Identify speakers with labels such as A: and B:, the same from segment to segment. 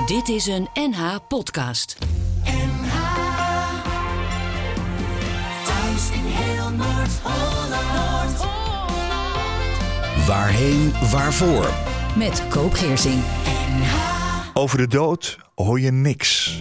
A: Dit is een NH-podcast.
B: NH. Thuis in heel Noord-Holland.
C: Waarheen, waarvoor?
A: Met Koop Geersing.
B: NH.
C: Over de dood hoor je niks.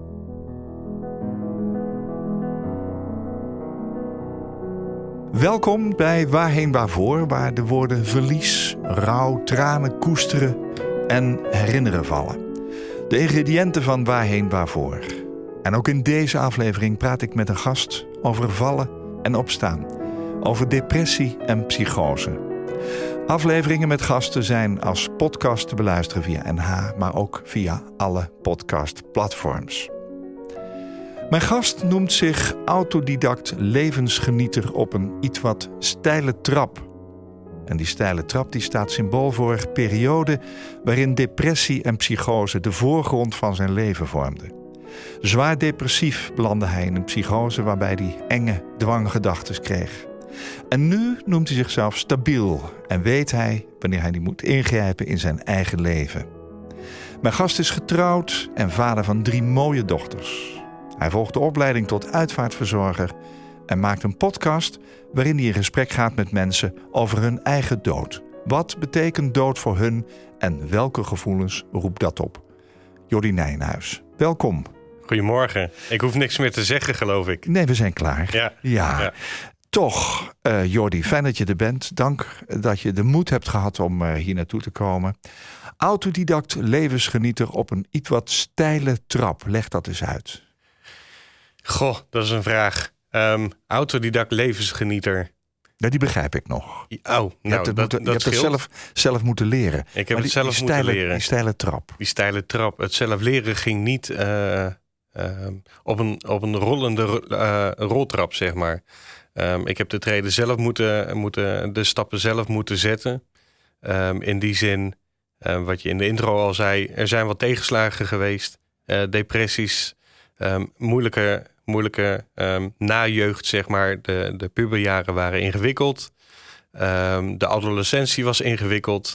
C: Welkom bij Waarheen, waarvoor, waar de woorden verlies, rouw, tranen, koesteren en herinneren vallen. De ingrediënten van Waarheen, waarvoor. En ook in deze aflevering praat ik met een gast over vallen en opstaan. Over depressie en psychose. Afleveringen met gasten zijn als podcast te beluisteren via NH, maar ook via alle podcastplatforms. Mijn gast noemt zich autodidact levensgenieter op een iets wat steile trap. En die steile trap die staat symbool voor periode waarin depressie en psychose de voorgrond van zijn leven vormden. Zwaar depressief belandde hij in een psychose waarbij hij enge dwanggedachten kreeg. En nu noemt hij zichzelf stabiel en weet hij wanneer hij niet moet ingrijpen in zijn eigen leven. Mijn gast is getrouwd en vader van 3 mooie dochters. Hij volgt de opleiding tot uitvaartverzorger en maakt een podcast waarin hij in gesprek gaat met mensen over hun eigen dood. Wat betekent dood voor hun en welke gevoelens roept dat op? Jordi Nijenhuis, welkom.
D: Goedemorgen. Ik hoef niks meer te zeggen, geloof ik.
C: Nee, we zijn klaar.
D: Ja.
C: Toch, Jordi, fijn dat je er bent. Dank dat je de moed hebt gehad om hier naartoe te komen. Autodidact levensgenieter op een iets wat steile trap. Leg dat eens uit.
D: Goh, dat is een vraag. Autodidact levensgenieter.
C: Ja, die begrijp ik nog.
D: Je hebt
C: het zelf moeten leren.
D: Ik heb het zelf moeten leren.
C: Die steile trap.
D: Die steile trap. Het zelf leren ging niet op een rollende roltrap, zeg maar. Ik heb de treden zelf de stappen zelf moeten zetten. In die zin, wat je in de intro al zei, er zijn wat tegenslagen geweest. Depressies, moeilijke najeugd, zeg maar. De puberjaren waren ingewikkeld. De adolescentie was ingewikkeld.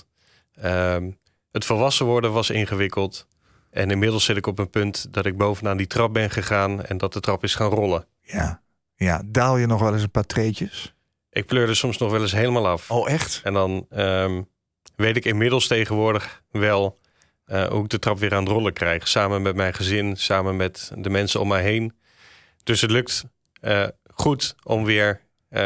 D: Het volwassen worden was ingewikkeld. En inmiddels zit ik op een punt dat ik bovenaan die trap ben gegaan en dat de trap is gaan rollen.
C: Ja, daal je nog wel eens een paar treetjes?
D: Ik pleurde soms nog wel eens helemaal af.
C: Oh, echt?
D: En dan weet ik inmiddels tegenwoordig wel hoe ik de trap weer aan het rollen krijg. Samen met mijn gezin, samen met de mensen om mij heen. Dus het lukt goed om weer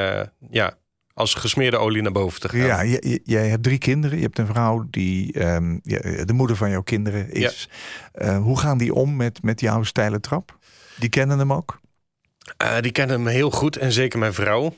D: als gesmeerde olie naar boven te gaan.
C: Ja, jij hebt 3 kinderen. Je hebt een vrouw die de moeder van jouw kinderen is. Ja. Hoe gaan die om met jouw steile trap? Die kennen hem ook?
D: Die kennen hem heel goed en zeker mijn vrouw.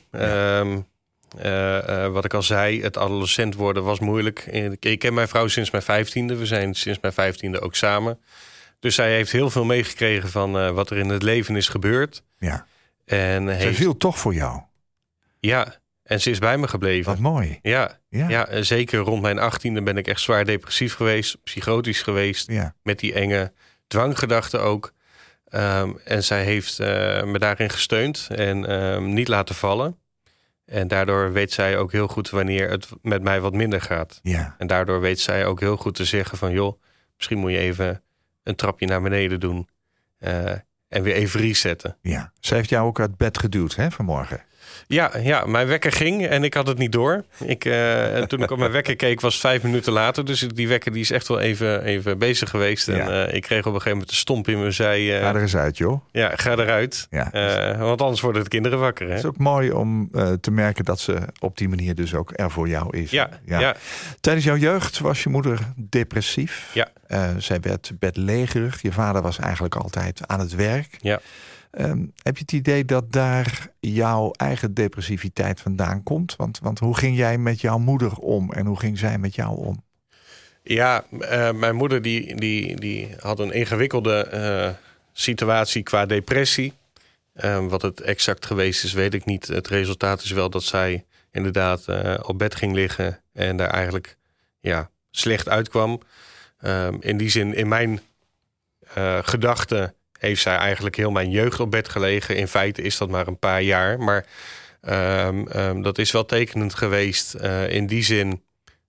D: Ja. Wat ik al zei, het adolescent worden was moeilijk. Ik ken mijn vrouw sinds mijn 15e. We zijn sinds mijn 15e ook samen. Dus zij heeft heel veel meegekregen van wat er in het leven is gebeurd.
C: Ja.
D: En
C: zij viel toch voor jou?
D: Ja, en ze is bij me gebleven.
C: Wat mooi.
D: Ja, zeker rond mijn 18e ben ik echt zwaar depressief geweest. Psychotisch geweest. Ja. Met die enge dwanggedachten ook. En zij heeft me daarin gesteund en niet laten vallen. En daardoor weet zij ook heel goed wanneer het met mij wat minder gaat.
C: Ja.
D: En daardoor weet zij ook heel goed te zeggen van, joh, misschien moet je even een trapje naar beneden doen. En weer even resetten.
C: Ja. Zij heeft jou ook uit bed geduwd, hè, vanmorgen?
D: Ja, mijn wekker ging en ik had het niet door. Toen ik op mijn wekker keek was het 5 minuten later. Dus die wekker die is echt wel even bezig geweest. Ja. En ik kreeg op een gegeven moment een stomp in me. Zei,
C: ga er eens uit, joh.
D: Ja, ga eruit. Ja. Want anders worden de kinderen wakker. Hè?
C: Het is ook mooi om te merken dat ze op die manier dus ook er voor jou is.
D: Ja.
C: Tijdens jouw jeugd was je moeder depressief.
D: Ja.
C: Zij werd bedlegerig. Je vader was eigenlijk altijd aan het werk.
D: Ja.
C: Heb je het idee dat daar jouw eigen depressiviteit vandaan komt? Want hoe ging jij met jouw moeder om en hoe ging zij met jou om?
D: Ja, mijn moeder die had een ingewikkelde situatie qua depressie. Wat het exact geweest is, weet ik niet. Het resultaat is wel dat zij inderdaad op bed ging liggen en daar eigenlijk slecht uitkwam. In die zin, in mijn gedachten heeft zij eigenlijk heel mijn jeugd op bed gelegen. In feite is dat maar een paar jaar. Maar dat is wel tekenend geweest in die zin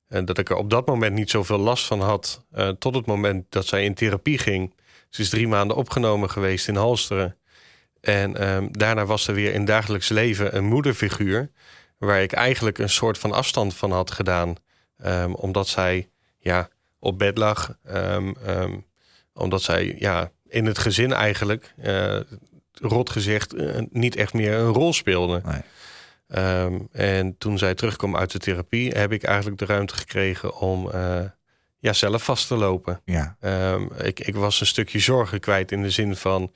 D: dat ik er op dat moment niet zoveel last van had. Tot het moment dat zij in therapie ging. Ze is 3 maanden opgenomen geweest in Halsteren. En daarna was er weer in dagelijks leven een moederfiguur, waar ik eigenlijk een soort van afstand van had gedaan. Omdat zij op bed lag. Omdat zij in het gezin eigenlijk, rot gezegd, niet echt meer een rol speelde. Nee. En toen zij terugkwam uit de therapie, heb ik eigenlijk de ruimte gekregen om zelf vast te lopen. Ja. Ik was een stukje zorgen kwijt in de zin van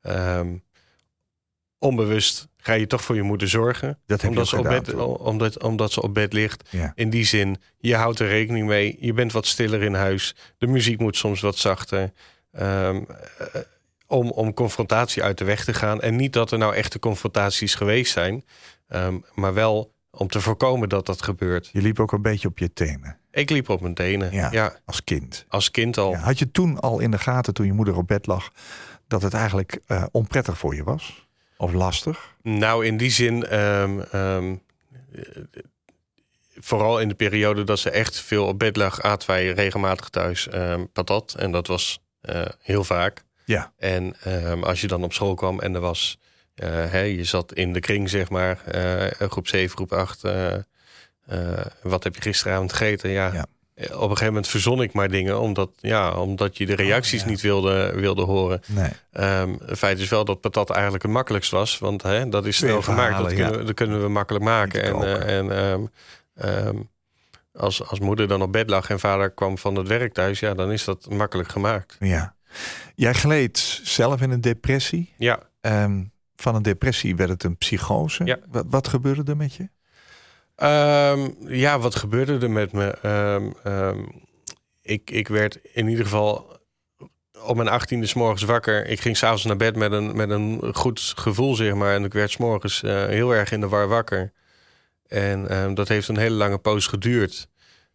D: onbewust ga je toch voor je moeder zorgen. Omdat ze op bed ligt. Ja. In die zin, je houdt er rekening mee. Je bent wat stiller in huis. De muziek moet soms wat zachter. Om confrontatie uit de weg te gaan. En niet dat er nou echte confrontaties geweest zijn. Maar wel om te voorkomen dat dat gebeurt.
C: Je liep ook een beetje op je tenen.
D: Ik liep op mijn tenen, ja.
C: Als kind.
D: Als kind al. Ja.
C: Had je toen al in de gaten, toen je moeder op bed lag, dat het eigenlijk onprettig voor je was? Of lastig? Nou, in die zin,
D: vooral in de periode dat ze echt veel op bed lag, aten wij regelmatig thuis patat. En dat was heel vaak. Ja. En als je dan op school kwam en er was, je zat in de kring, zeg maar, groep 7, groep 8. Wat heb je gisteravond gegeten? Ja. Op een gegeven moment verzon ik maar dingen, omdat je de reacties niet wilde horen. Nee. Het feit is wel dat patat eigenlijk het makkelijkst was, want dat is snel gemaakt. Dat kunnen we makkelijk maken. Als moeder dan op bed lag en vader kwam van het werk thuis, dan is dat makkelijk gemaakt. Ja.
C: Jij gleed zelf in een depressie.
D: Ja.
C: Van een depressie werd het een psychose. Ja. Wat gebeurde er met je?
D: Wat gebeurde er met me? Ik werd in ieder geval op mijn 18e 's morgens wakker. Ik ging 's avonds naar bed met een goed gevoel, zeg maar. En ik werd 's morgens heel erg in de war wakker. En dat heeft een hele lange poos geduurd.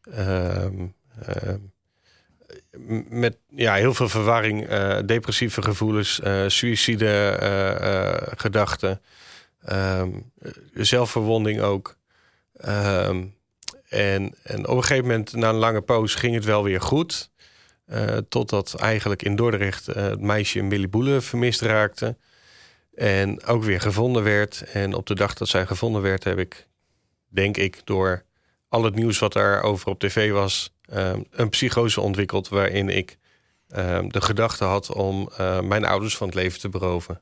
D: Met heel veel verwarring, depressieve gevoelens, suïcide gedachten, zelfverwonding ook. En op een gegeven moment, na een lange poos, ging het wel weer goed. Totdat eigenlijk in Dordrecht het meisje Millie Boele vermist raakte. En ook weer gevonden werd. En op de dag dat zij gevonden werd, heb ik, denk ik, door al het nieuws wat daarover op tv was, een psychose ontwikkeld waarin ik de gedachte had om mijn ouders van het leven te beroven.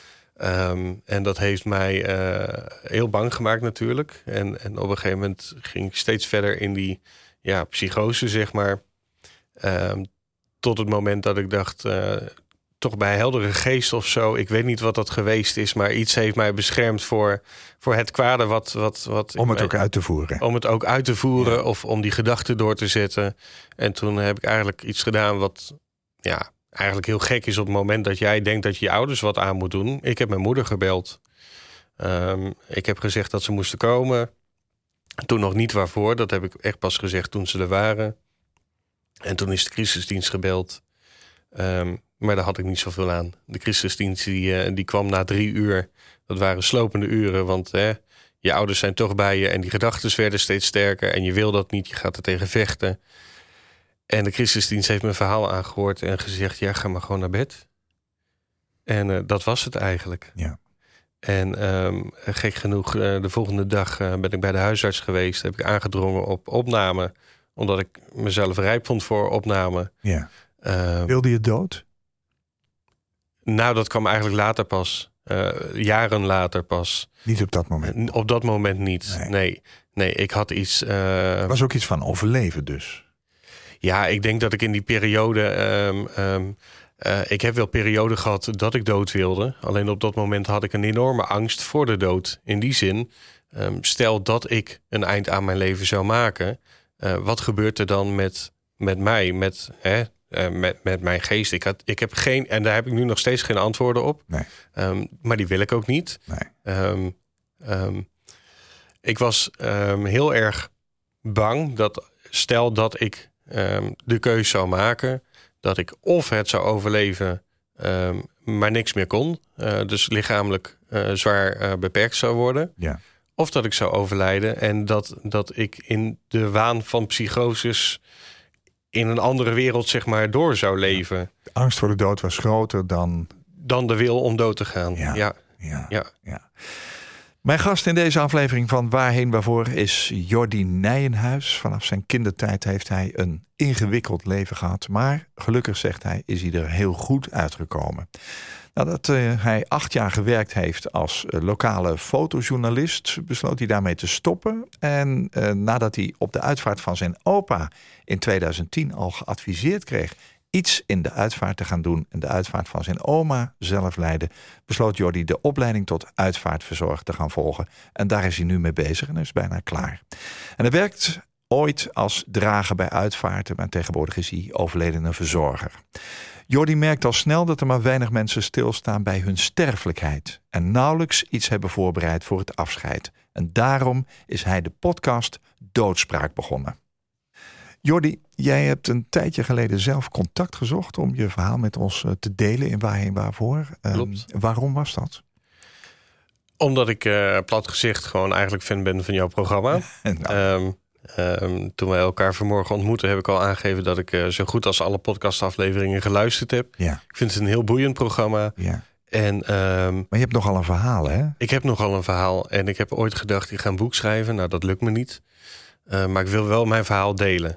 D: En dat heeft mij heel bang gemaakt natuurlijk. En op een gegeven moment ging ik steeds verder in die psychose, zeg maar. Tot het moment dat ik dacht, toch bij heldere geest of zo, ik weet niet wat dat geweest is, maar iets heeft mij beschermd voor het kwade wat
C: om het ook uit te voeren.
D: Om het ook uit te voeren of om die gedachten door te zetten. En toen heb ik eigenlijk iets gedaan wat eigenlijk heel gek is op het moment dat jij denkt dat je ouders wat aan moet doen. Ik heb mijn moeder gebeld. Ik heb gezegd dat ze moesten komen. Toen nog niet waarvoor. Dat heb ik echt pas gezegd toen ze er waren. En toen is de crisisdienst gebeld. Maar daar had ik niet zoveel aan. De crisisdienst die kwam na 3 uur. Dat waren slopende uren. Want je ouders zijn toch bij je. En die gedachten werden steeds sterker. En je wil dat niet. Je gaat er tegen vechten. En de crisisdienst heeft mijn verhaal aangehoord en gezegd, ga maar gewoon naar bed. En dat was het eigenlijk. Ja. En gek genoeg, de volgende dag ben ik bij de huisarts geweest. Heb ik aangedrongen op opname, omdat ik mezelf rijp vond voor opname. Ja.
C: Wilde je dood?
D: Nou, dat kwam eigenlijk later pas. Jaren later pas.
C: Niet op dat moment?
D: Op dat moment niet, nee. Ik had iets...
C: was ook iets van overleven dus?
D: Ja, ik denk dat ik in die periode... ik heb wel perioden gehad dat ik dood wilde. Alleen op dat moment had ik een enorme angst voor de dood. In die zin, stel dat ik een eind aan mijn leven zou maken. Wat gebeurt er dan met mij, met mijn geest? Ik heb geen, en daar heb ik nu nog steeds geen antwoorden op. Nee. Maar die wil ik ook niet. Nee. Ik was heel erg bang dat, stel dat ik de keus zou maken, dat ik of het zou overleven, maar niks meer kon. Dus lichamelijk zwaar beperkt zou worden. Ja. of dat ik zou overlijden. En dat ik in de waan van psychoses in een andere wereld, zeg maar, door zou leven.
C: De angst voor de dood was groter dan
D: de wil om dood te gaan.
C: Ja.
D: Ja.
C: Mijn gast in deze aflevering van Waarheen Waarvoor is Jordi Nijenhuis. Vanaf zijn kindertijd heeft hij een ingewikkeld leven gehad. Maar gelukkig, zegt hij, is hij er heel goed uitgekomen. Nadat hij 8 jaar gewerkt heeft als lokale fotojournalist, besloot hij daarmee te stoppen. En nadat hij op de uitvaart van zijn opa in 2010 al geadviseerd kreeg iets in de uitvaart te gaan doen en de uitvaart van zijn oma zelf leiden, besloot Jordi de opleiding tot uitvaartverzorger te gaan volgen. En daar is hij nu mee bezig en is bijna klaar. En hij werkt ooit als drager bij uitvaarten, maar tegenwoordig is hij overledene verzorger. Jordi merkt al snel dat er maar weinig mensen stilstaan bij hun sterfelijkheid en nauwelijks iets hebben voorbereid voor het afscheid. En daarom is hij de podcast Doodspraak begonnen. Jordi, jij hebt een tijdje geleden zelf contact gezocht om je verhaal met ons te delen in Waarheen Waarvoor.
D: Klopt.
C: Waarom was dat?
D: Omdat ik plat gezegd gewoon eigenlijk fan ben van jouw programma. Toen wij elkaar vanmorgen ontmoetten, heb ik al aangegeven dat ik zo goed als alle podcastafleveringen geluisterd heb.
C: Ja.
D: Ik vind het een heel boeiend programma.
C: Ja.
D: Maar
C: je hebt nogal een verhaal, hè?
D: Ik heb nogal een verhaal en ik heb ooit gedacht, ik ga een boek schrijven. Nou, dat lukt me niet. Maar ik wil wel mijn verhaal delen.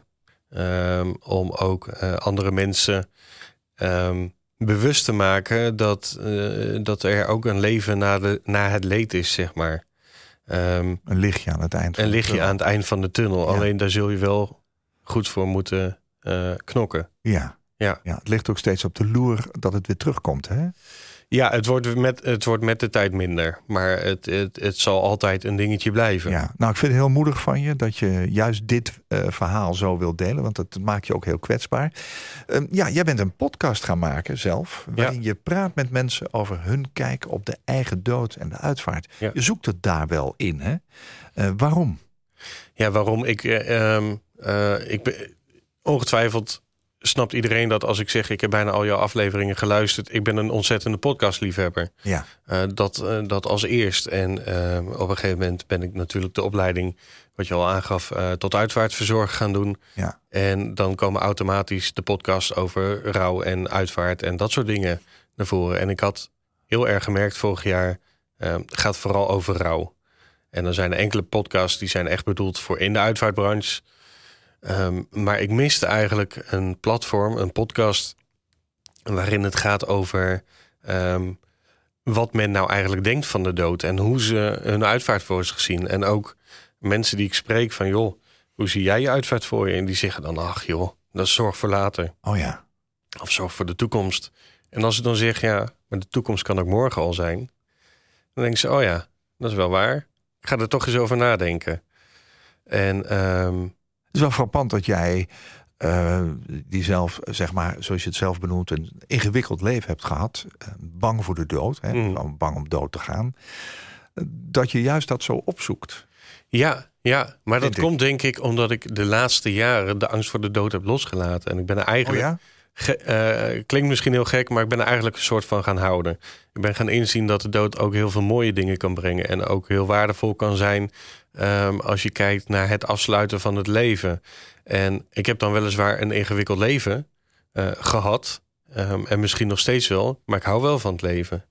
D: Om ook andere mensen bewust te maken dat er ook een leven na het leed is, zeg maar.
C: Een lichtje aan het eind.
D: Een lichtje aan het eind van de tunnel. Ja. Alleen daar zul je wel goed voor moeten knokken.
C: Ja, het ligt ook steeds op de loer dat het weer terugkomt, hè?
D: Ja, het wordt met de tijd minder. Maar het zal altijd een dingetje blijven.
C: Ja, nou, ik vind het heel moedig van je dat je juist dit verhaal zo wilt delen. Want dat maakt je ook heel kwetsbaar. Jij bent een podcast gaan maken zelf. Waarin je praat met mensen over hun kijk op de eigen dood en de uitvaart. Ja. Je zoekt het daar wel in, hè? Waarom? Ja,
D: waarom? Ik ben ongetwijfeld... snapt iedereen dat als ik zeg, ik heb bijna al jouw afleveringen geluisterd. Ik ben een ontzettende podcastliefhebber.
C: Ja.
D: Dat als eerst. En op een gegeven moment ben ik natuurlijk de opleiding, wat je al aangaf, tot uitvaartverzorger gaan doen. Ja. En dan komen automatisch de podcasts over rouw en uitvaart en dat soort dingen naar voren. En ik had heel erg gemerkt vorig jaar, het gaat vooral over rouw. En dan zijn er enkele podcasts die zijn echt bedoeld voor in de uitvaartbranche. Maar ik miste eigenlijk een platform, een podcast, waarin het gaat over wat men nou eigenlijk denkt van de dood en hoe ze hun uitvaart voor zich zien. En ook mensen die ik spreek van, joh, hoe zie jij je uitvaart voor je? En die zeggen dan, ach joh, dat is zorg voor later.
C: Oh ja.
D: Of zorg voor de toekomst. En als ik dan zeg, ja, maar de toekomst kan ook morgen al zijn. Dan denken ze, oh ja, dat is wel waar. Ik ga er toch eens over nadenken. En
C: het is wel frappant dat jij die zelf, zeg maar, zoals je het zelf benoemt, een ingewikkeld leven hebt gehad. Bang voor de dood, hè, bang om dood te gaan. Dat je juist dat zo opzoekt.
D: Ja, maar dat komt denk ik omdat ik de laatste jaren de angst voor de dood heb losgelaten. En ik ben er eigenlijk... klinkt misschien heel gek, maar ik ben er eigenlijk een soort van gaan houden. Ik ben gaan inzien dat de dood ook heel veel mooie dingen kan brengen. En ook heel waardevol kan zijn als je kijkt naar het afsluiten van het leven. En ik heb dan weliswaar een ingewikkeld leven gehad. En misschien nog steeds wel, maar ik hou wel van het leven.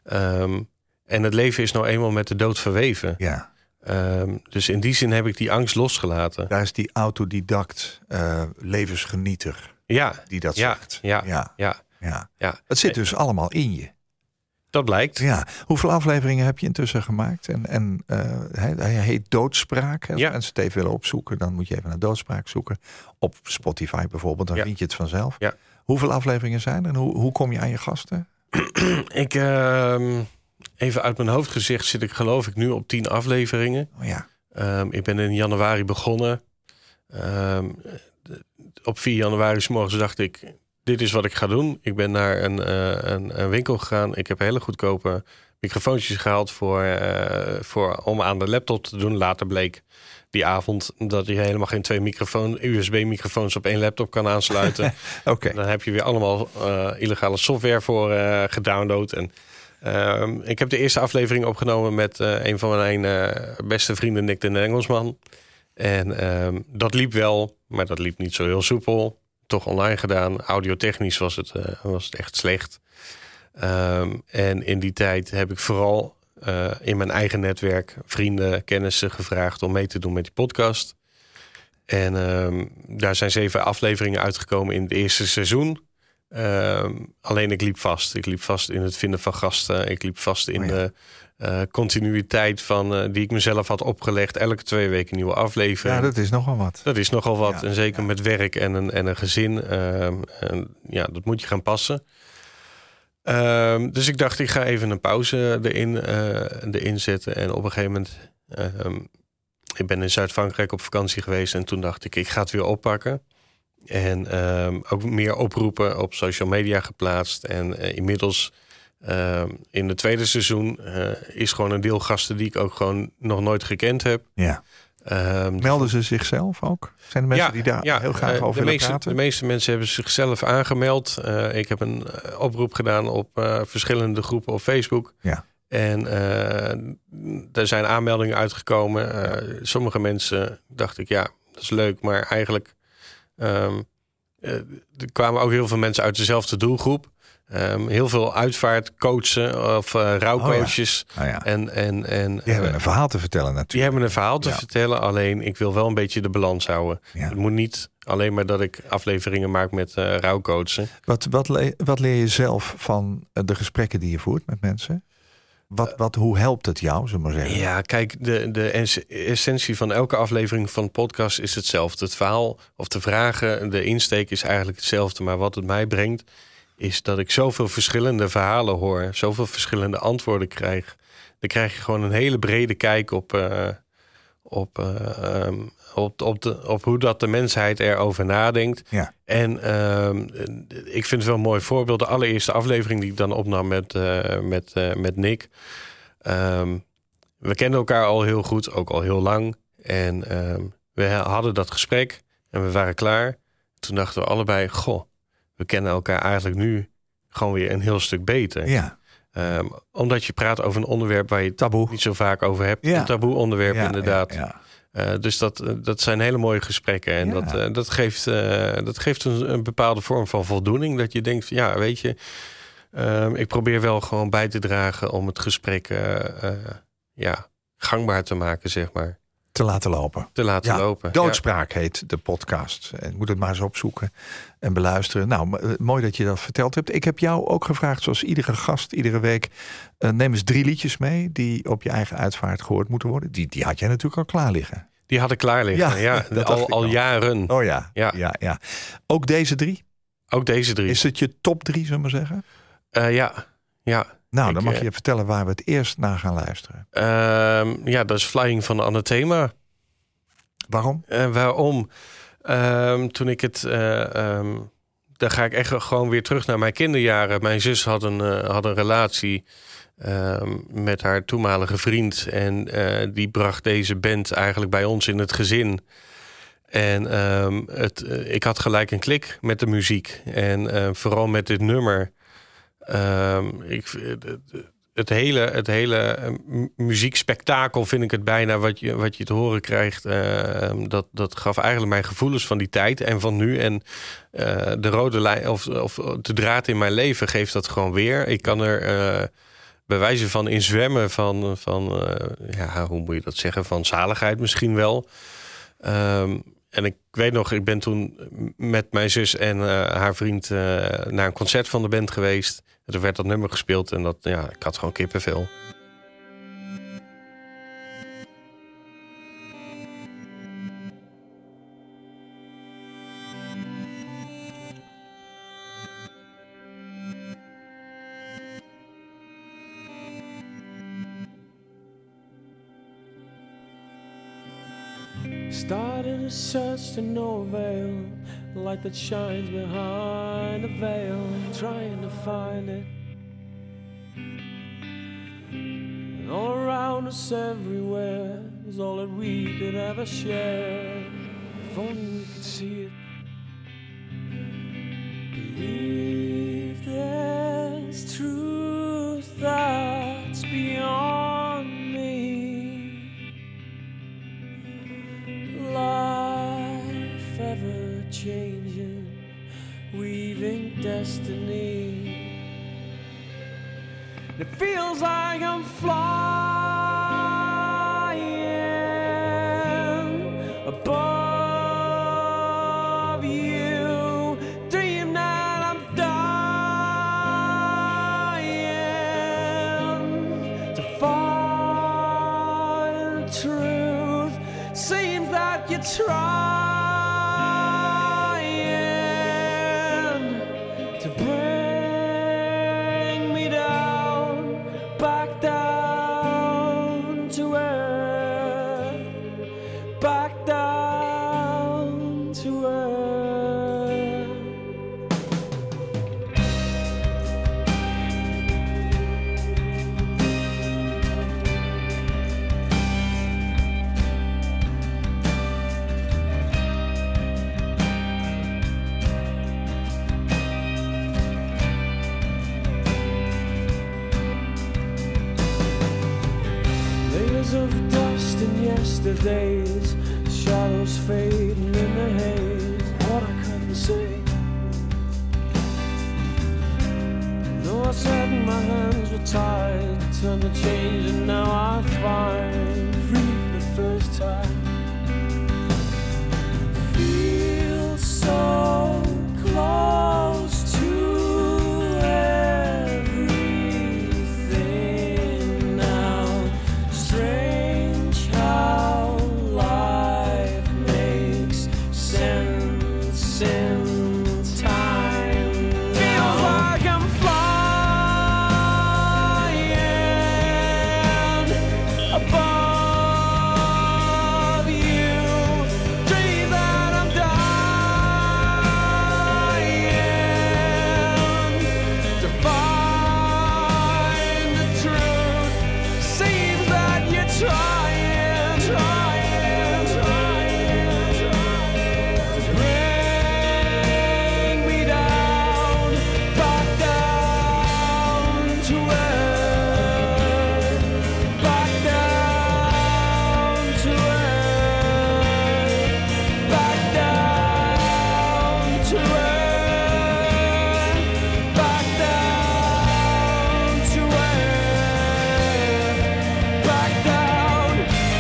D: En het leven is nou eenmaal met de dood verweven.
C: Ja.
D: Dus in die zin heb ik die angst losgelaten.
C: Daar is die autodidact levensgenieter.
D: Ja,
C: die dat zegt.
D: Ja.
C: Het zit dus allemaal in je.
D: Dat blijkt.
C: Ja. Hoeveel afleveringen heb je intussen gemaakt? En hij heet Doodspraak. Als mensen het even willen opzoeken, dan moet je even naar Doodspraak zoeken. Op Spotify bijvoorbeeld, dan vind je het vanzelf. Ja. Hoeveel afleveringen zijn er en hoe kom je aan je gasten?
D: Ik, even uit mijn hoofd gezegd, zit ik geloof ik nu op 10 afleveringen.
C: Oh ja.
D: Ik ben in januari begonnen. Op 4 januari 's morgens dacht ik, dit is wat ik ga doen. Ik ben naar een winkel gegaan. Ik heb hele goedkope microfoontjes gehaald om aan de laptop te doen. Later bleek die avond dat je helemaal geen 2 USB-microfoons op 1 laptop kan aansluiten.
C: Okay.
D: Dan heb je weer allemaal illegale software voor gedownload. En Ik heb de eerste aflevering opgenomen met een van mijn beste vrienden, Nick de Engelsman. En dat liep wel, maar dat liep niet zo heel soepel. Toch online gedaan. Audiotechnisch was het echt slecht. En in die tijd heb ik vooral in mijn eigen netwerk vrienden, kennissen gevraagd om mee te doen met die podcast. En daar zijn 7 afleveringen uitgekomen in het eerste seizoen. Alleen ik liep vast. Ik liep vast in het vinden van gasten. Ik liep vast in de continuïteit van die ik mezelf had opgelegd. Elke 2 weken een nieuwe aflevering.
C: Ja, dat is nogal wat.
D: Dat is nogal wat.
C: Ja,
D: en zeker met werk en een gezin. Dat moet je gaan passen. Dus ik dacht, ik ga even een pauze erin zetten. En op een gegeven moment... ik ben in Zuid-Frankrijk op vakantie geweest. En toen dacht ik ga het weer oppakken. En ook meer oproepen op social media geplaatst. En inmiddels in het tweede seizoen is gewoon een deel gasten die ik ook gewoon nog nooit gekend heb.
C: Ja. Melden ze zichzelf ook? Zijn er mensen die daar heel graag over willen praten?
D: De meeste mensen hebben zichzelf aangemeld. Ik heb een oproep gedaan op verschillende groepen op Facebook. Ja. En er zijn aanmeldingen uitgekomen. Sommige mensen dacht ik, dat is leuk, maar eigenlijk... er kwamen ook heel veel mensen uit dezelfde doelgroep. Heel veel uitvaartcoachen of rouwcoaches. En die
C: hebben een verhaal te vertellen natuurlijk.
D: Die hebben een verhaal te vertellen, alleen ik wil wel een beetje de balans houden. Ja. Het moet niet alleen maar dat ik afleveringen maak met rouwcoachen.
C: Wat leer je zelf van de gesprekken die je voert met mensen? Hoe helpt het jou, zullen we maar zeggen?
D: Ja, kijk, de essentie van elke aflevering van de podcast is hetzelfde. Het verhaal of de vragen, de insteek is eigenlijk hetzelfde. Maar wat het mij brengt, is dat ik zoveel verschillende verhalen hoor. Zoveel verschillende antwoorden krijg. Dan krijg je gewoon een hele brede kijk op hoe dat de mensheid erover nadenkt. Ja. En ik vind het wel een mooi voorbeeld. De allereerste aflevering die ik dan opnam met Nick. We kenden elkaar al heel goed, ook al heel lang. En we hadden dat gesprek en we waren klaar. Toen dachten we allebei, we kennen elkaar eigenlijk nu gewoon weer een heel stuk beter. Ja. Omdat je praat over een onderwerp waar je het niet zo vaak over hebt. Ja. Een taboe onderwerp inderdaad. Ja. Dus dat zijn hele mooie gesprekken. En dat geeft een bepaalde vorm van voldoening. Dat je denkt, weet je... ik probeer wel gewoon bij te dragen om het gesprek gangbaar te maken, zeg maar.
C: Te laten lopen. Doodspraak heet de podcast. Je moet het maar eens opzoeken en beluisteren. Nou, mooi dat je dat verteld hebt. Ik heb jou ook gevraagd, zoals iedere gast, iedere week... neem eens 3 liedjes mee die op je eigen uitvaart gehoord moeten worden. Die had jij natuurlijk al klaar liggen.
D: Die had ik klaar liggen, al jaren.
C: Oh ja. Ook deze 3?
D: Ook deze 3.
C: Is het je top 3, zullen we zeggen?
D: Ja.
C: Nou, dan mag je vertellen waar we het eerst naar gaan luisteren.
D: Dat is Flying van Anathema.
C: Waarom?
D: Waarom? Toen ik het... dan ga ik echt gewoon weer terug naar mijn kinderjaren. Mijn zus had een relatie met haar toenmalige vriend. En die bracht deze band eigenlijk bij ons in het gezin. En ik had gelijk een klik met de muziek. En vooral met dit nummer... Het hele muziekspektakel vind ik het bijna wat je te horen krijgt. Dat gaf eigenlijk mijn gevoelens van die tijd en van nu. En de rode lijn of de draad in mijn leven geeft dat gewoon weer. Ik kan er bij wijze van in zwemmen van hoe moet je dat zeggen? Van zaligheid misschien wel. En ik weet nog, ik ben toen met mijn zus en haar vriend naar een concert van de band geweest. En toen werd dat nummer gespeeld en ik had gewoon kippenvel.
E: Started a search to no avail, light that shines behind a veil, trying to find it. And all around us everywhere is all that we could ever share. If only we could see it. Believe there's truth out destiny. It feels like I'm flying above you. Dream that I'm dying to find the truth. Seems that you're trying to bring me down, back down to earth, back down to earth. Layers of dust in yesterdays, shadows fading in the haze. What I couldn't see. No, I said my hands were tied, turned to change, and now I find free for the first time. Feel so close to everything now. Strange how life makes sense in time. Feels like I'm flying above you. Dream that I'm dying to find the truth. Seems that you're trying to bring me down, back down to earth, back down to earth, back down to earth, back down to earth, back down.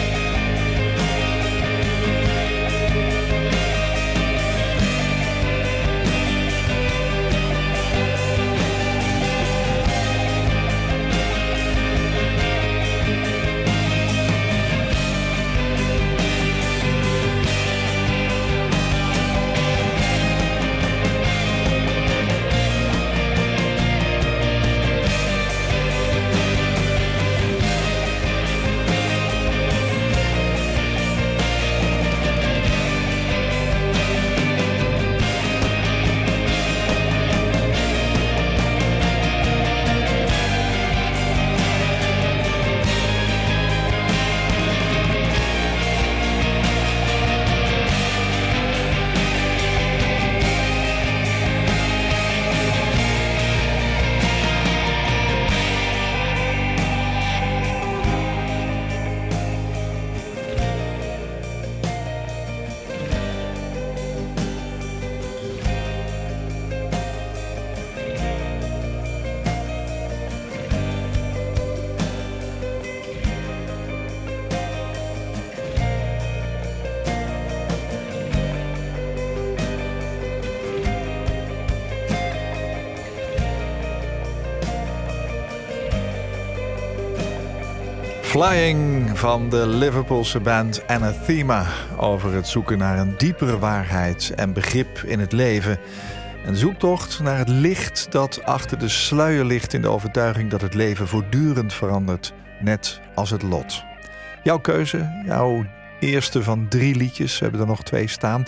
C: Flying van de Liverpoolse band Anathema over het zoeken naar een diepere waarheid en begrip in het leven. Een zoektocht naar het licht dat achter de sluier ligt in de overtuiging dat het leven voortdurend verandert, net als het lot. Jouw keuze, jouw eerste van 3 liedjes, we hebben er nog 2 staan.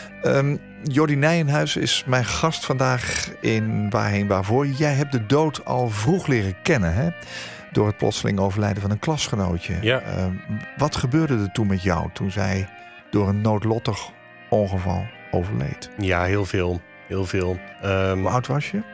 C: Jordi Nijenhuis is mijn gast vandaag in Waarheen Waarvoor. Jij hebt de dood al vroeg leren kennen, hè? Door het plotseling overlijden van een klasgenootje.
D: Ja.
C: Wat gebeurde er toen met jou toen zij door een noodlottig ongeval overleed?
D: Ja, heel veel. Heel veel.
C: Hoe oud was je?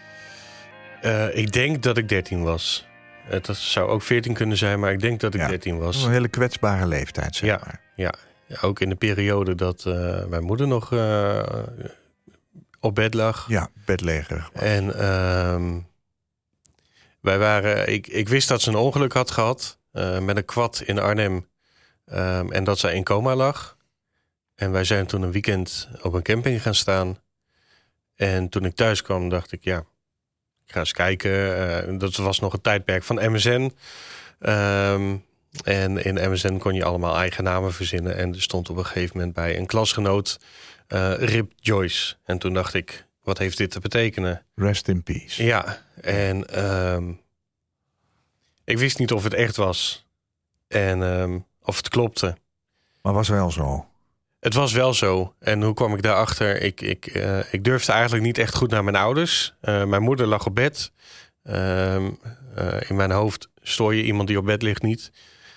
D: Ik denk dat ik 13 was. Het zou ook 14 kunnen zijn, maar ik denk dat ik 13 was.
C: Een hele kwetsbare leeftijd, zeg maar.
D: Ja, ook in de periode dat mijn moeder nog op bed lag.
C: Ja, bedleger.
D: En wij waren... Ik wist dat ze een ongeluk had gehad met een quad in Arnhem. En dat zij in coma lag. En wij zijn toen een weekend op een camping gaan staan. En toen ik thuis kwam, dacht ik, ja, ik ga eens kijken. Dat was nog een tijdperk van MSN. En in MSN kon je allemaal eigen namen verzinnen. En er stond op een gegeven moment bij een klasgenoot Rip Joyce. En toen dacht ik, wat heeft dit te betekenen?
C: Rest in peace.
D: Ja, en ik wist niet of het echt was. En of het klopte.
C: Maar was wel zo.
D: Het was wel zo. En hoe kwam ik daarachter? Ik durfde eigenlijk niet echt goed naar mijn ouders. Mijn moeder lag op bed. In mijn hoofd stoor je iemand die op bed ligt niet.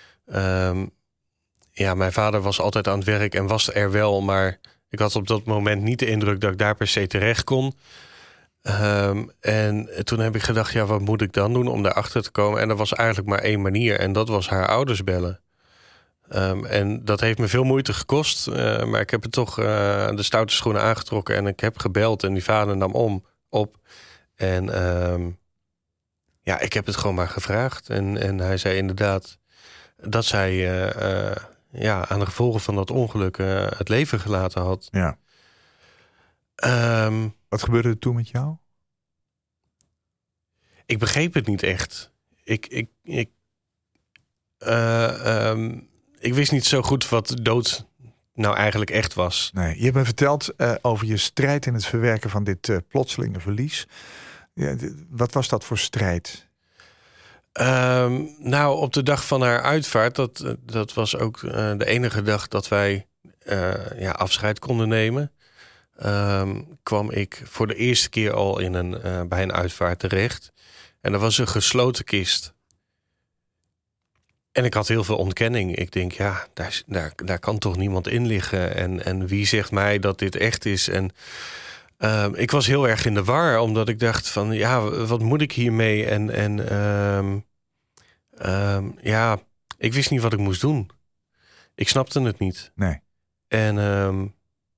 D: Mijn vader was altijd aan het werk en was er wel. Maar ik had op dat moment niet de indruk dat ik daar per se terecht kon. En toen heb ik gedacht, ja, wat moet ik dan doen om daarachter te komen? En er was eigenlijk maar één manier. En dat was haar ouders bellen. En dat heeft me veel moeite gekost. Maar ik heb er toch de stoute schoenen aangetrokken. En ik heb gebeld en die vader nam op. En ik heb het gewoon maar gevraagd. En hij zei inderdaad dat zij aan de gevolgen van dat ongeluk het leven gelaten had.
C: Ja. Wat gebeurde er toen met jou?
D: Ik begreep het niet echt. Ik wist niet zo goed wat dood nou eigenlijk echt was. Nee,
C: je hebt me verteld over je strijd in het verwerken van dit plotselinge verlies. Ja, wat was dat voor strijd?
D: Op de dag van haar uitvaart, dat was ook de enige dag dat wij afscheid konden nemen. Kwam ik voor de eerste keer al bij een uitvaart terecht. En er was een gesloten kist. En ik had heel veel ontkenning. Ik denk, ja, daar kan toch niemand in liggen. En wie zegt mij dat dit echt is? En ik was heel erg in de war, omdat ik dacht van, ja, wat moet ik hiermee? Ik wist niet wat ik moest doen. Ik snapte het niet.
C: Nee.
D: En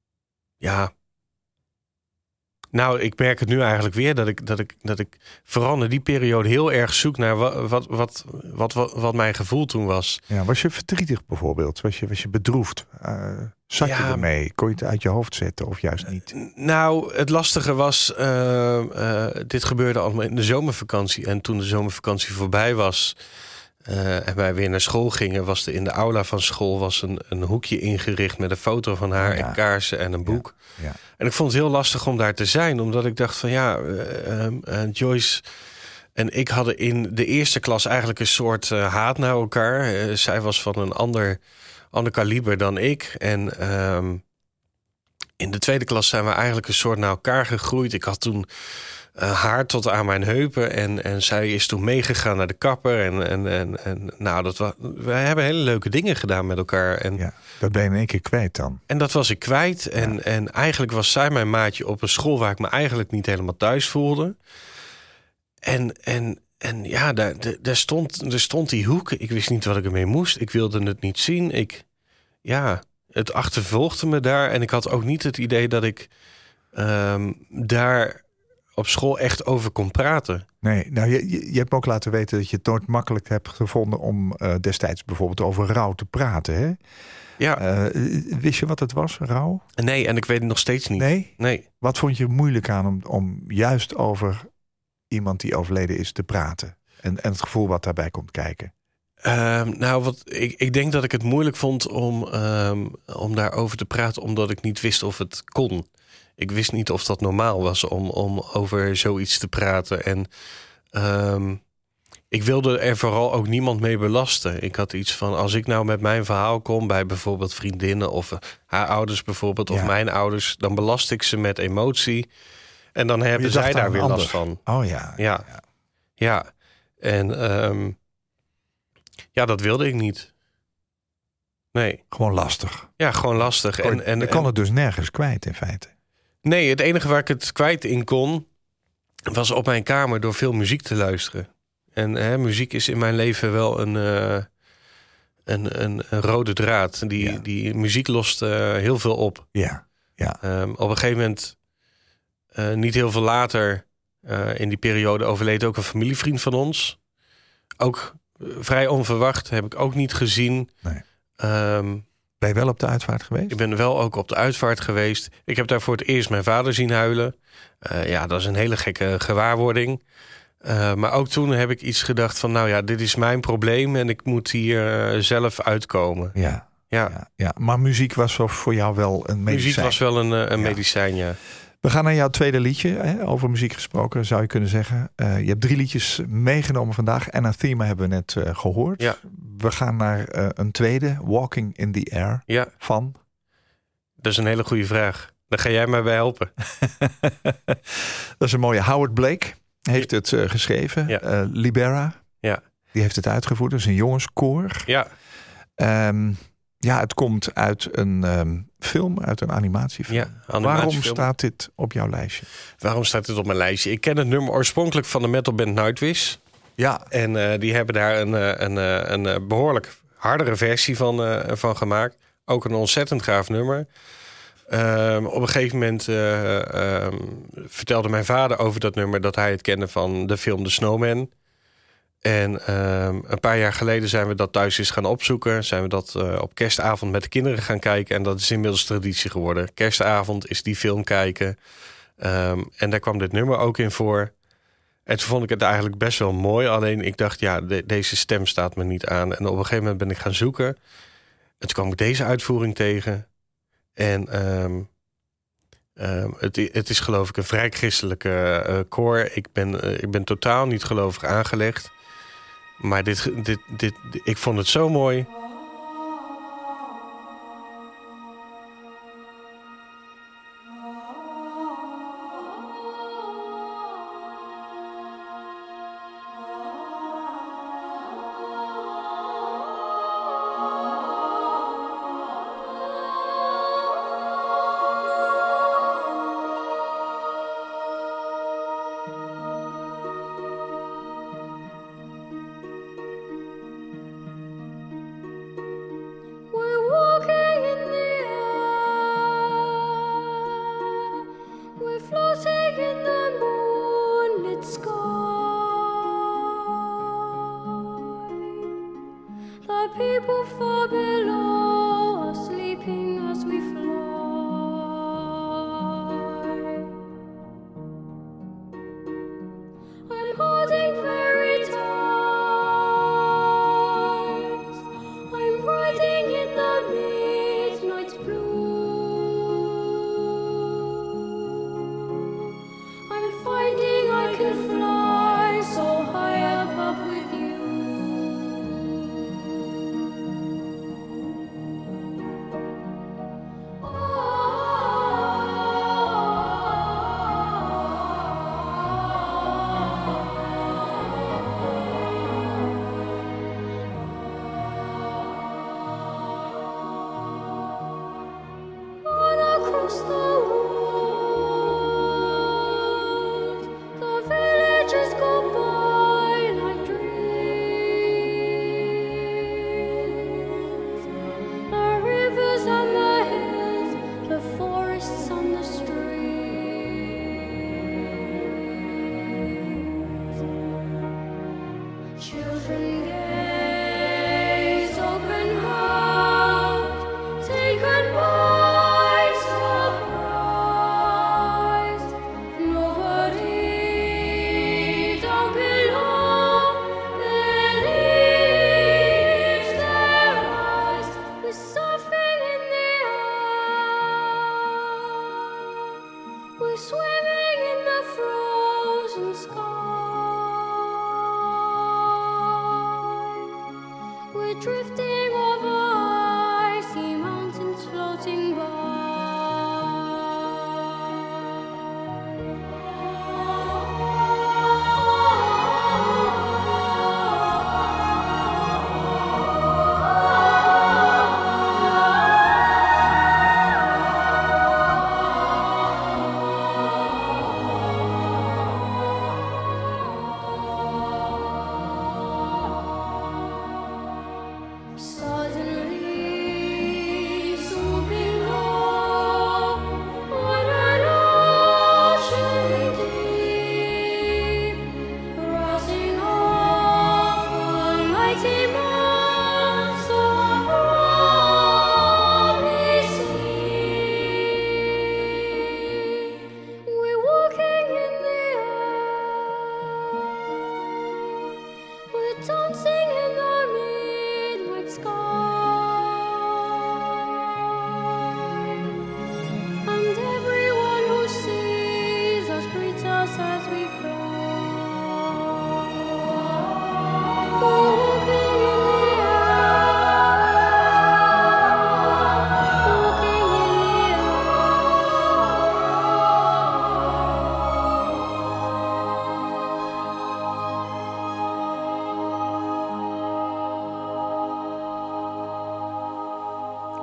D: ik merk het nu eigenlijk weer dat ik vooral in die periode heel erg zoek naar wat mijn gevoel toen was.
C: Ja, was je verdrietig bijvoorbeeld? Was je bedroefd? Zat je ermee? Kon je het uit je hoofd zetten of juist niet?
D: Het lastige was, dit gebeurde allemaal in de zomervakantie. En toen de zomervakantie voorbij was en wij weer naar school gingen, was er in de aula van school was een hoekje ingericht met een foto van haar en kaarsen en een boek. Ja. Ja. En ik vond het heel lastig om daar te zijn, omdat ik dacht van Joyce en ik hadden in de eerste klas eigenlijk een soort haat naar elkaar. Zij was van een ander kaliber dan ik. En in de tweede klas zijn we eigenlijk een soort naar elkaar gegroeid. Ik had toen haar tot aan mijn heupen en zij is toen meegegaan naar de kapper. Wij hebben hele leuke dingen gedaan met elkaar. En
C: ja, dat ben je in één keer kwijt dan.
D: En dat was ik kwijt. En eigenlijk was zij mijn maatje op een school waar ik me eigenlijk niet helemaal thuis voelde. Daar stond die hoek. Ik wist niet wat ik ermee moest. Ik wilde het niet zien. Het achtervolgde me daar. En ik had ook niet het idee dat ik daar op school echt over kon praten.
C: Nee, nou je hebt me ook laten weten dat je het nooit makkelijk hebt gevonden om destijds bijvoorbeeld over rouw te praten, hè?
D: Ja.
C: Wist je wat het was, rouw?
D: Nee, en ik weet het nog steeds niet. Nee.
C: Wat vond je moeilijk aan om juist over iemand die overleden is te praten? En het gevoel wat daarbij komt kijken?
D: Ik denk dat ik het moeilijk vond om daarover te praten, omdat ik niet wist of het kon. Ik wist niet of dat normaal was om over zoiets te praten. En ik wilde er vooral ook niemand mee belasten. Ik had iets van, als ik nou met mijn verhaal kom bij bijvoorbeeld vriendinnen of haar ouders bijvoorbeeld, of mijn ouders, dan belast ik ze met emotie. En dan hebben zij daar weer last van.
C: Oh ja.
D: Ja. En dat wilde ik niet. Nee.
C: Gewoon lastig.
D: Ja, gewoon lastig.
C: En kon het dus nergens kwijt in feite.
D: Nee, het enige waar ik het kwijt in kon was op mijn kamer door veel muziek te luisteren. En muziek is in mijn leven wel een rode draad. Die muziek lost heel veel op.
C: Ja.
D: Op een gegeven moment Niet heel veel later, in die periode, overleed ook een familievriend van ons. Ook vrij onverwacht, heb ik ook niet gezien.
C: Nee.
D: Ben
C: je wel op de uitvaart geweest?
D: Ik ben wel ook op de uitvaart geweest. Ik heb daar voor het eerst mijn vader zien huilen. Dat is een hele gekke gewaarwording. Maar ook toen heb ik iets gedacht van... nou ja, dit is mijn probleem en ik moet hier zelf uitkomen.
C: Ja, maar muziek was voor jou wel een medicijn.
D: Muziek was wel een medicijn, ja.
C: We gaan naar jouw tweede liedje. Hè? Over muziek gesproken, zou je kunnen zeggen. Je hebt 3 liedjes meegenomen vandaag. Anathema hebben we net gehoord.
D: Ja.
C: We gaan naar een tweede. Walking in the Air. Van?
D: Dat is een hele goede vraag. Daar ga jij mij bij helpen.
C: Dat is een mooie. Howard Blake heeft het geschreven.
D: Ja.
C: Libera.
D: Ja.
C: Die heeft het uitgevoerd. Dat is een jongenskoor.
D: Ja.
C: Het komt uit een film, uit een animatiefilm.
D: Ja, animatiefilm.
C: Waarom staat dit op jouw lijstje?
D: Waarom staat dit op mijn lijstje? Ik ken het nummer oorspronkelijk van de metalband Nightwish. Ja. En die hebben daar een behoorlijk hardere versie van gemaakt. Ook een ontzettend gaaf nummer. Op een gegeven moment vertelde mijn vader over dat nummer... dat hij het kende van de film The Snowman. En een paar jaar geleden zijn we dat thuis eens gaan opzoeken. Zijn we dat op kerstavond met de kinderen gaan kijken. En dat is inmiddels traditie geworden. Kerstavond is die film kijken. En daar kwam dit nummer ook in voor. En toen vond ik het eigenlijk best wel mooi. Alleen ik dacht, deze stem staat me niet aan. En op een gegeven moment ben ik gaan zoeken. En toen kwam ik deze uitvoering tegen. En het is geloof ik een vrij christelijke koor. Ik ben totaal niet gelovig aangelegd. Maar ik vond het zo mooi.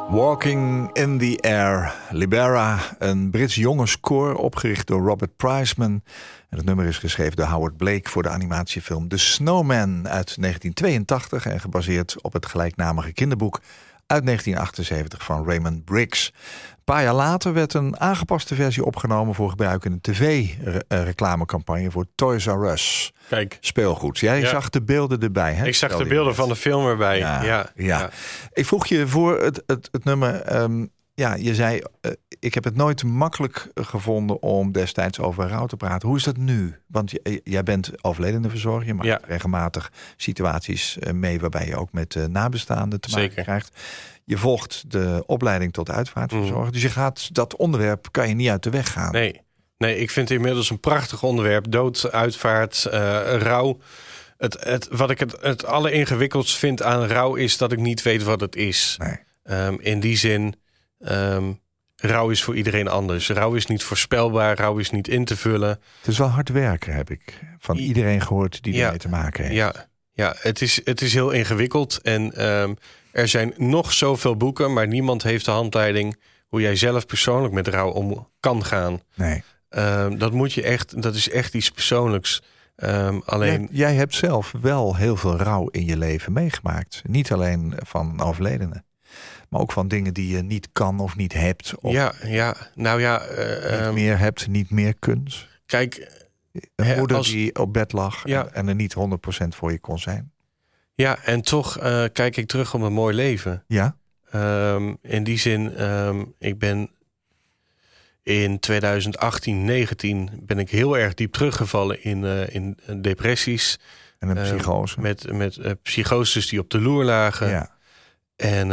C: Walking in the Air, Libera, een Brits jongenskoor opgericht door Robert Priceman. En het nummer is geschreven door Howard Blake voor de animatiefilm The Snowman uit 1982 en gebaseerd op het gelijknamige kinderboek uit 1978 van Raymond Briggs. Een paar jaar later werd een aangepaste versie opgenomen voor gebruik in een tv-reclamecampagne voor Toys R Us.
D: Kijk.
C: Speelgoed. Jij zag de beelden erbij, hè?
D: Ik zag de beelden van de film erbij. Ja.
C: Ik vroeg je voor het nummer... je zei, ik heb het nooit makkelijk gevonden om destijds over rouw te praten. Hoe is dat nu? Want jij bent overledenenverzorger. Je maakt regelmatig situaties mee waarbij je ook met nabestaanden te maken krijgt. Je volgt de opleiding tot uitvaartverzorger. Dus je gaat dat onderwerp, kan je niet uit de weg gaan.
D: Nee, ik vind het inmiddels een prachtig onderwerp. Dood, uitvaart, rouw. Wat ik het alleringewikkeldst vind aan rouw is dat ik niet weet wat het is. Nee. In die zin... rouw is voor iedereen anders. Rouw is niet voorspelbaar, rouw is niet in te vullen.
C: Het is wel hard werken, heb ik van iedereen gehoord die ermee te maken heeft.
D: Ja, het is heel ingewikkeld. En er zijn nog zoveel boeken, maar niemand heeft de handleiding hoe jij zelf persoonlijk met rouw om kan gaan.
C: Nee.
D: Dat is echt iets persoonlijks. Alleen...
C: Jij hebt zelf wel heel veel rouw in je leven meegemaakt. Niet alleen van overledenen. Maar ook van dingen die je niet kan of niet hebt. Of niet meer hebt, niet meer kunt.
D: Kijk,
C: een moeder die op bed lag en er niet 100% voor je kon zijn. Ja,
D: en toch kijk ik terug op een mooi leven.
C: Ja.
D: In die zin, ik ben in 2018, 19 ben ik heel erg diep teruggevallen in depressies.
C: En een psychose.
D: Met psychoses die op de loer lagen.
C: Ja.
D: En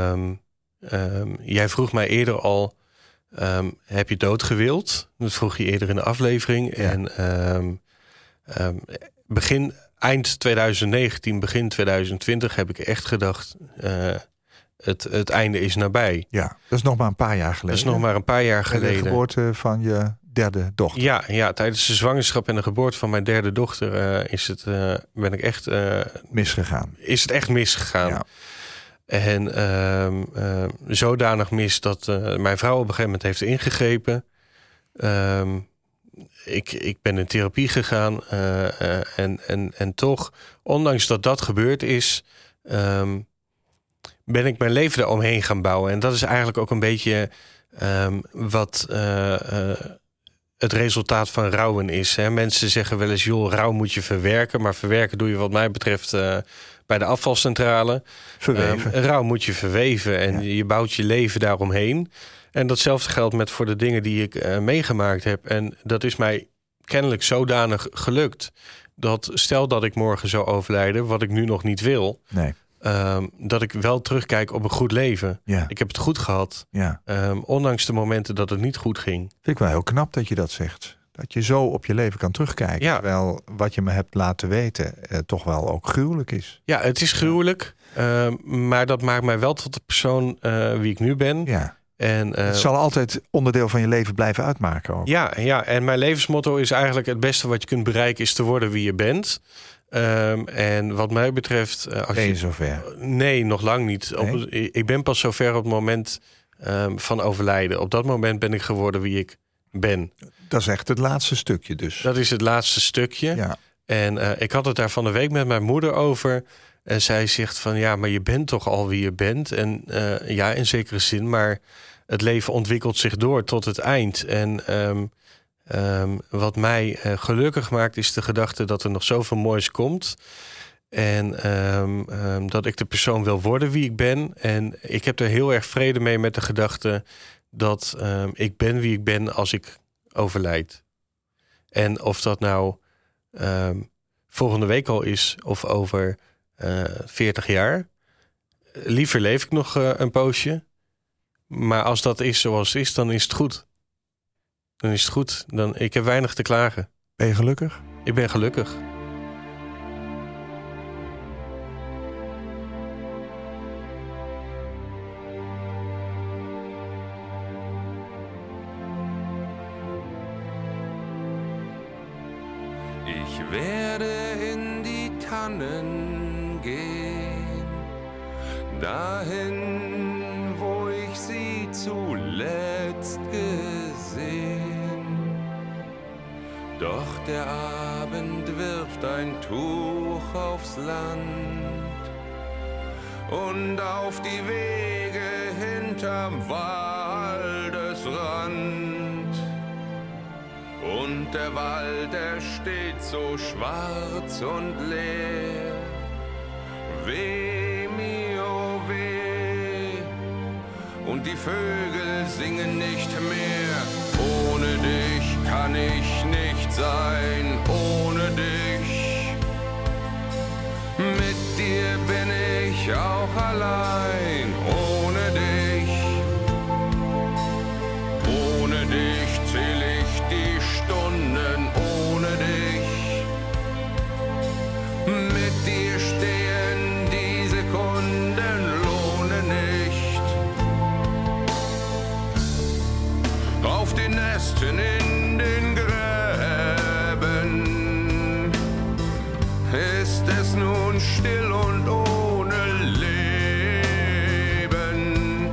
D: jij vroeg mij eerder al, heb je dood gewild? Dat vroeg je eerder in de aflevering. Ja. En eind 2019, begin 2020 heb ik echt gedacht, het einde is nabij.
C: Ja, dat is nog maar een paar jaar geleden.
D: Dat is nog maar een paar jaar geleden.
C: De geboorte van je derde dochter.
D: Ja, tijdens de zwangerschap en de geboorte van mijn derde dochter ben ik echt...
C: misgegaan.
D: Is het echt misgegaan.
C: Ja.
D: En zodanig mis dat mijn vrouw op een gegeven moment heeft ingegrepen. Ik ben in therapie gegaan. En toch, ondanks dat gebeurd is... ben ik mijn leven eromheen gaan bouwen. En dat is eigenlijk ook een beetje wat het resultaat van rouwen is. Hè? Mensen zeggen wel eens, joh, rouw moet je verwerken. Maar verwerken doe je wat mij betreft... bij de afvalcentrale.
C: Verweven.
D: Rouw moet je verweven en je bouwt je leven daaromheen. En datzelfde geldt voor de dingen die ik meegemaakt heb. En dat is mij kennelijk zodanig gelukt... dat stel dat ik morgen zou overlijden, wat ik nu nog niet wil...
C: Nee.
D: Dat ik wel terugkijk op een goed leven.
C: Ja.
D: Ik heb het goed gehad.
C: Ja.
D: Ondanks de momenten dat het niet goed ging.
C: Vind ik wel heel knap dat je dat zegt. Dat je zo op je leven kan terugkijken.
D: Ja.
C: Terwijl wat je me hebt laten weten toch wel ook gruwelijk is.
D: Ja, het is gruwelijk. Maar dat maakt mij wel tot de persoon wie ik nu ben.
C: Ja.
D: En,
C: het zal altijd onderdeel van je leven blijven uitmaken ook.
D: Ja, en mijn levensmotto is eigenlijk... het beste wat je kunt bereiken is te worden wie je bent. En wat mij betreft...
C: Ben je zover?
D: Nee, nog lang niet.
C: Nee?
D: Ik ben pas zover op het moment van overlijden. Op dat moment ben ik geworden wie ik ben.
C: Dat is echt het laatste stukje dus.
D: Dat is het laatste stukje.
C: Ja.
D: En ik had het daar van de week met mijn moeder over. En zij zegt van, ja, maar je bent toch al wie je bent. En ja, in zekere zin. Maar het leven ontwikkelt zich door tot het eind. En wat mij gelukkig maakt is de gedachte dat er nog zoveel moois komt. En dat ik de persoon wil worden wie ik ben. En ik heb er heel erg vrede mee met de gedachte dat ik ben wie ik ben als ik overlijd. En of dat nou volgende week al is of over 40 jaar. Liever leef ik nog een poosje. Maar als dat is zoals het is, dan is het goed. Dan is het goed. Ik heb weinig te klagen.
C: Ben je gelukkig?
D: Ik ben gelukkig.
F: Ich werde in die Tannen gehen, dahin, wo zuletzt gesehen. Doch der Abend wirft ein Tuch aufs Land und auf die Wege hinterm Waldesrand. Und der Wald, der steht so schwarz und leer. Weh mir, oh weh. Und die Vögel singen nicht mehr. Ohne dich kann ich nicht sein, ohne dich. Mit dir bin ich auch allein, ohne dich. Ohne dich zähl ich die Stunden, ohne dich. Mit dir stehen die Sekunden, lohne nicht. Auf den Ästen in den Gräben ist es nun still und ohne Leben.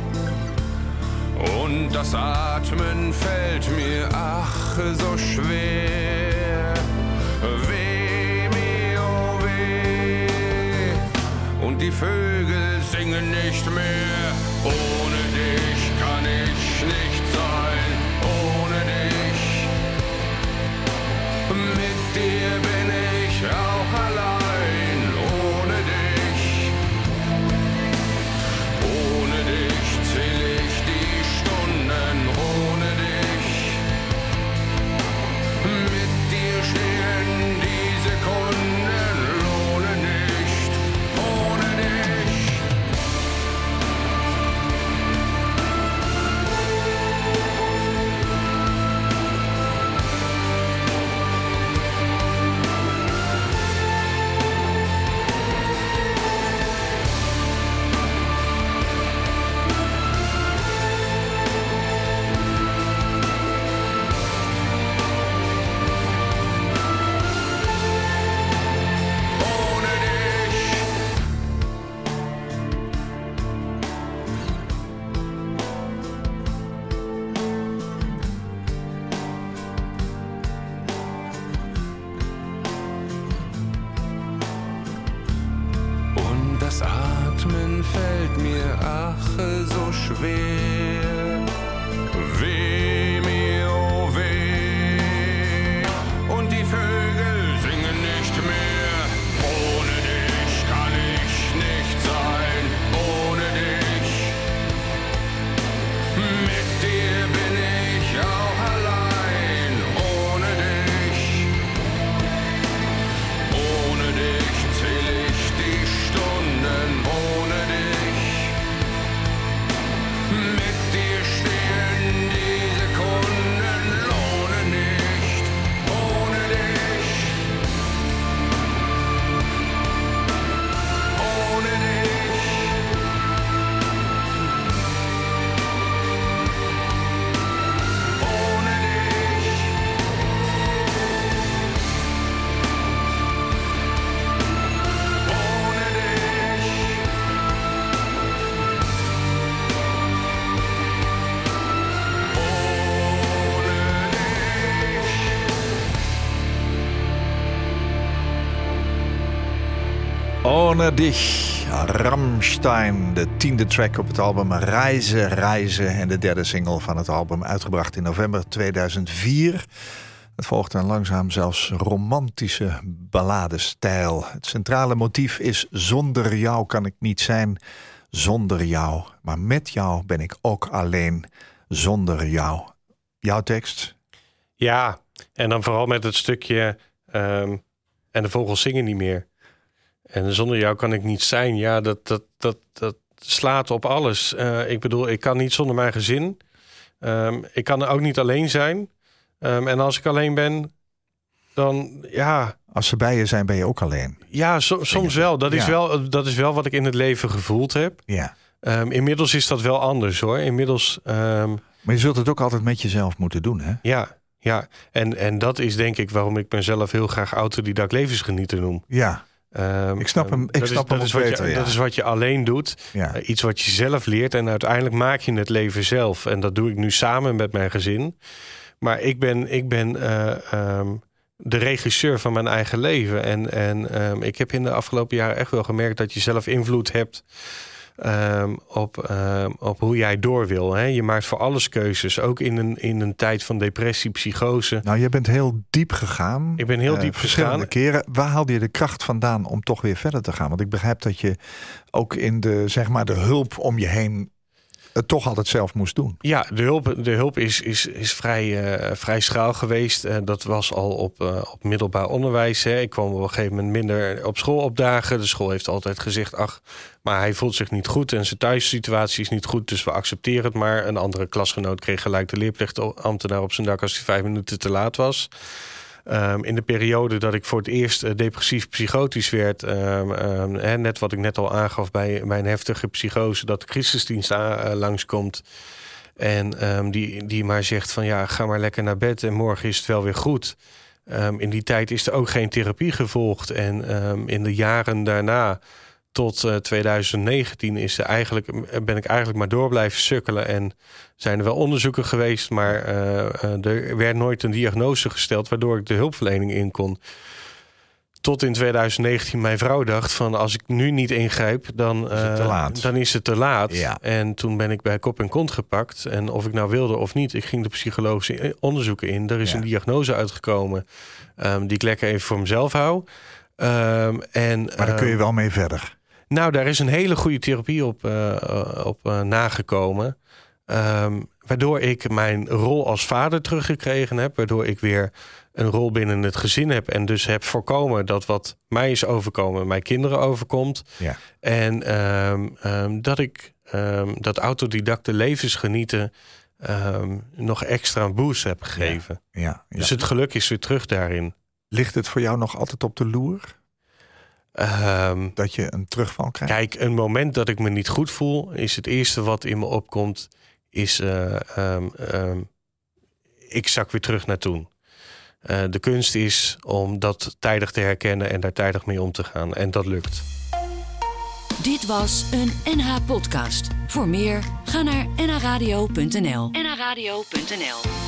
F: Und das Atmen fällt mir ach so schwer. Weh mir, oh weh. Und die Vögel singen nicht mehr. Ohne dich kann ich nicht sein, ohne dich. Mit dir bin ich auch allein, ohne dich. Ohne dich zähl ich die Stunden, ohne dich. Mit dir stehen die Sekunden, lohne nicht, ohne dich. Ohne dich. Und das Atmen fällt mir ach so schwer. Weh mir, oh weh. Und die Vögel singen nicht mehr. Ohne dich kann ich nicht sein, ohne dich. Mit dir bin ich auch allein, ohne dich. Ohne dich zähl ich die Stunden, ohne dich. Mit dir stehen die Sekunden, lohne nicht, ohne dich. Ohne dich. Ohne dich. Ohne dich.
C: Ohne dich, Rammstein, de 10e track op het album Reizen, Reizen en de 3e single van het album, uitgebracht in november 2004. Het volgt een langzaam zelfs romantische balladestijl. Het centrale motief is: zonder jou kan ik niet zijn, zonder jou. Maar met jou ben ik ook alleen, zonder jou. Jouw tekst?
D: Ja, en dan vooral met het stukje en de vogels zingen niet meer. En zonder jou kan ik niet zijn. Ja, dat slaat op alles. Ik bedoel, ik kan niet zonder mijn gezin. Ik kan er ook niet alleen zijn. En als ik alleen ben, dan ja...
C: Als ze bij je zijn, ben je ook alleen.
D: Ja, soms wel. Dat is wel wat ik in het leven gevoeld heb.
C: Ja.
D: Inmiddels is dat wel anders, hoor. Inmiddels...
C: Maar je zult het ook altijd met jezelf moeten doen, hè?
D: Ja. En dat is denk ik waarom ik mezelf heel graag autodidact levensgenieter noem.
C: Ja. Ik snap hem beter.
D: Dat is wat je alleen doet.
C: Ja.
D: Iets wat je zelf leert. En uiteindelijk maak je het leven zelf. En dat doe ik nu samen met mijn gezin. Maar ik ben de regisseur van mijn eigen leven. En ik heb in de afgelopen jaren echt wel gemerkt dat je zelf invloed hebt op hoe jij door wil. Hè? Je maakt voor alles keuzes. Ook in een tijd van depressie, psychose.
C: Nou, je bent heel diep gegaan.
D: Ik ben heel diep
C: verschillende
D: gegaan.
C: keren. Waar haalde je de kracht vandaan om toch weer verder te gaan? Want ik begrijp dat je ook in de hulp om je heen het toch altijd zelf moest doen.
D: Ja, de hulp is vrij schraal geweest. Dat was al op middelbaar onderwijs. Hè. Ik kwam op een gegeven moment minder op school opdagen. De school heeft altijd gezegd, maar hij voelt zich niet goed en zijn thuissituatie is niet goed, dus we accepteren het maar. Een andere klasgenoot kreeg gelijk de leerplichtambtenaar op zijn dak als hij 5 minuten te laat was. In de periode dat ik voor het eerst depressief psychotisch werd, net wat ik net al aangaf bij een heftige psychose, dat de crisisdienst langskomt en die maar zegt van ga maar lekker naar bed en morgen is het wel weer goed. In die tijd is er ook geen therapie gevolgd en in de jaren daarna tot 2019 ben ik eigenlijk maar door blijven sukkelen. En zijn er wel onderzoeken geweest, maar er werd nooit een diagnose gesteld, waardoor ik de hulpverlening in kon. Tot in 2019 mijn vrouw dacht van, als ik nu niet ingrijp, dan is het te laat.
C: Ja.
D: En toen ben ik bij kop en kont gepakt. En of ik nou wilde of niet, ik ging de psychologische onderzoeken in. Er is een diagnose uitgekomen die ik lekker even voor mezelf hou. Maar
C: daar kun je wel mee verder.
D: Nou, daar is een hele goede therapie op nagekomen. Waardoor ik mijn rol als vader teruggekregen heb. Waardoor ik weer een rol binnen het gezin heb. En dus heb voorkomen dat wat mij is overkomen, mijn kinderen overkomt. Ja. En dat ik dat autodidacte levensgenieten nog extra een boost heb gegeven.
C: Ja.
D: Dus het geluk is weer terug daarin.
C: Ligt het voor jou nog altijd op de loer? Dat je een terugval krijgt?
D: Kijk, een moment dat ik me niet goed voel, is het eerste wat in me opkomt, is ik zak weer terug naar toen. De kunst is om dat tijdig te herkennen en daar tijdig mee om te gaan. En dat lukt.
A: Dit was een NH-podcast. Voor meer, ga naar nhradio.nl. nhradio.nl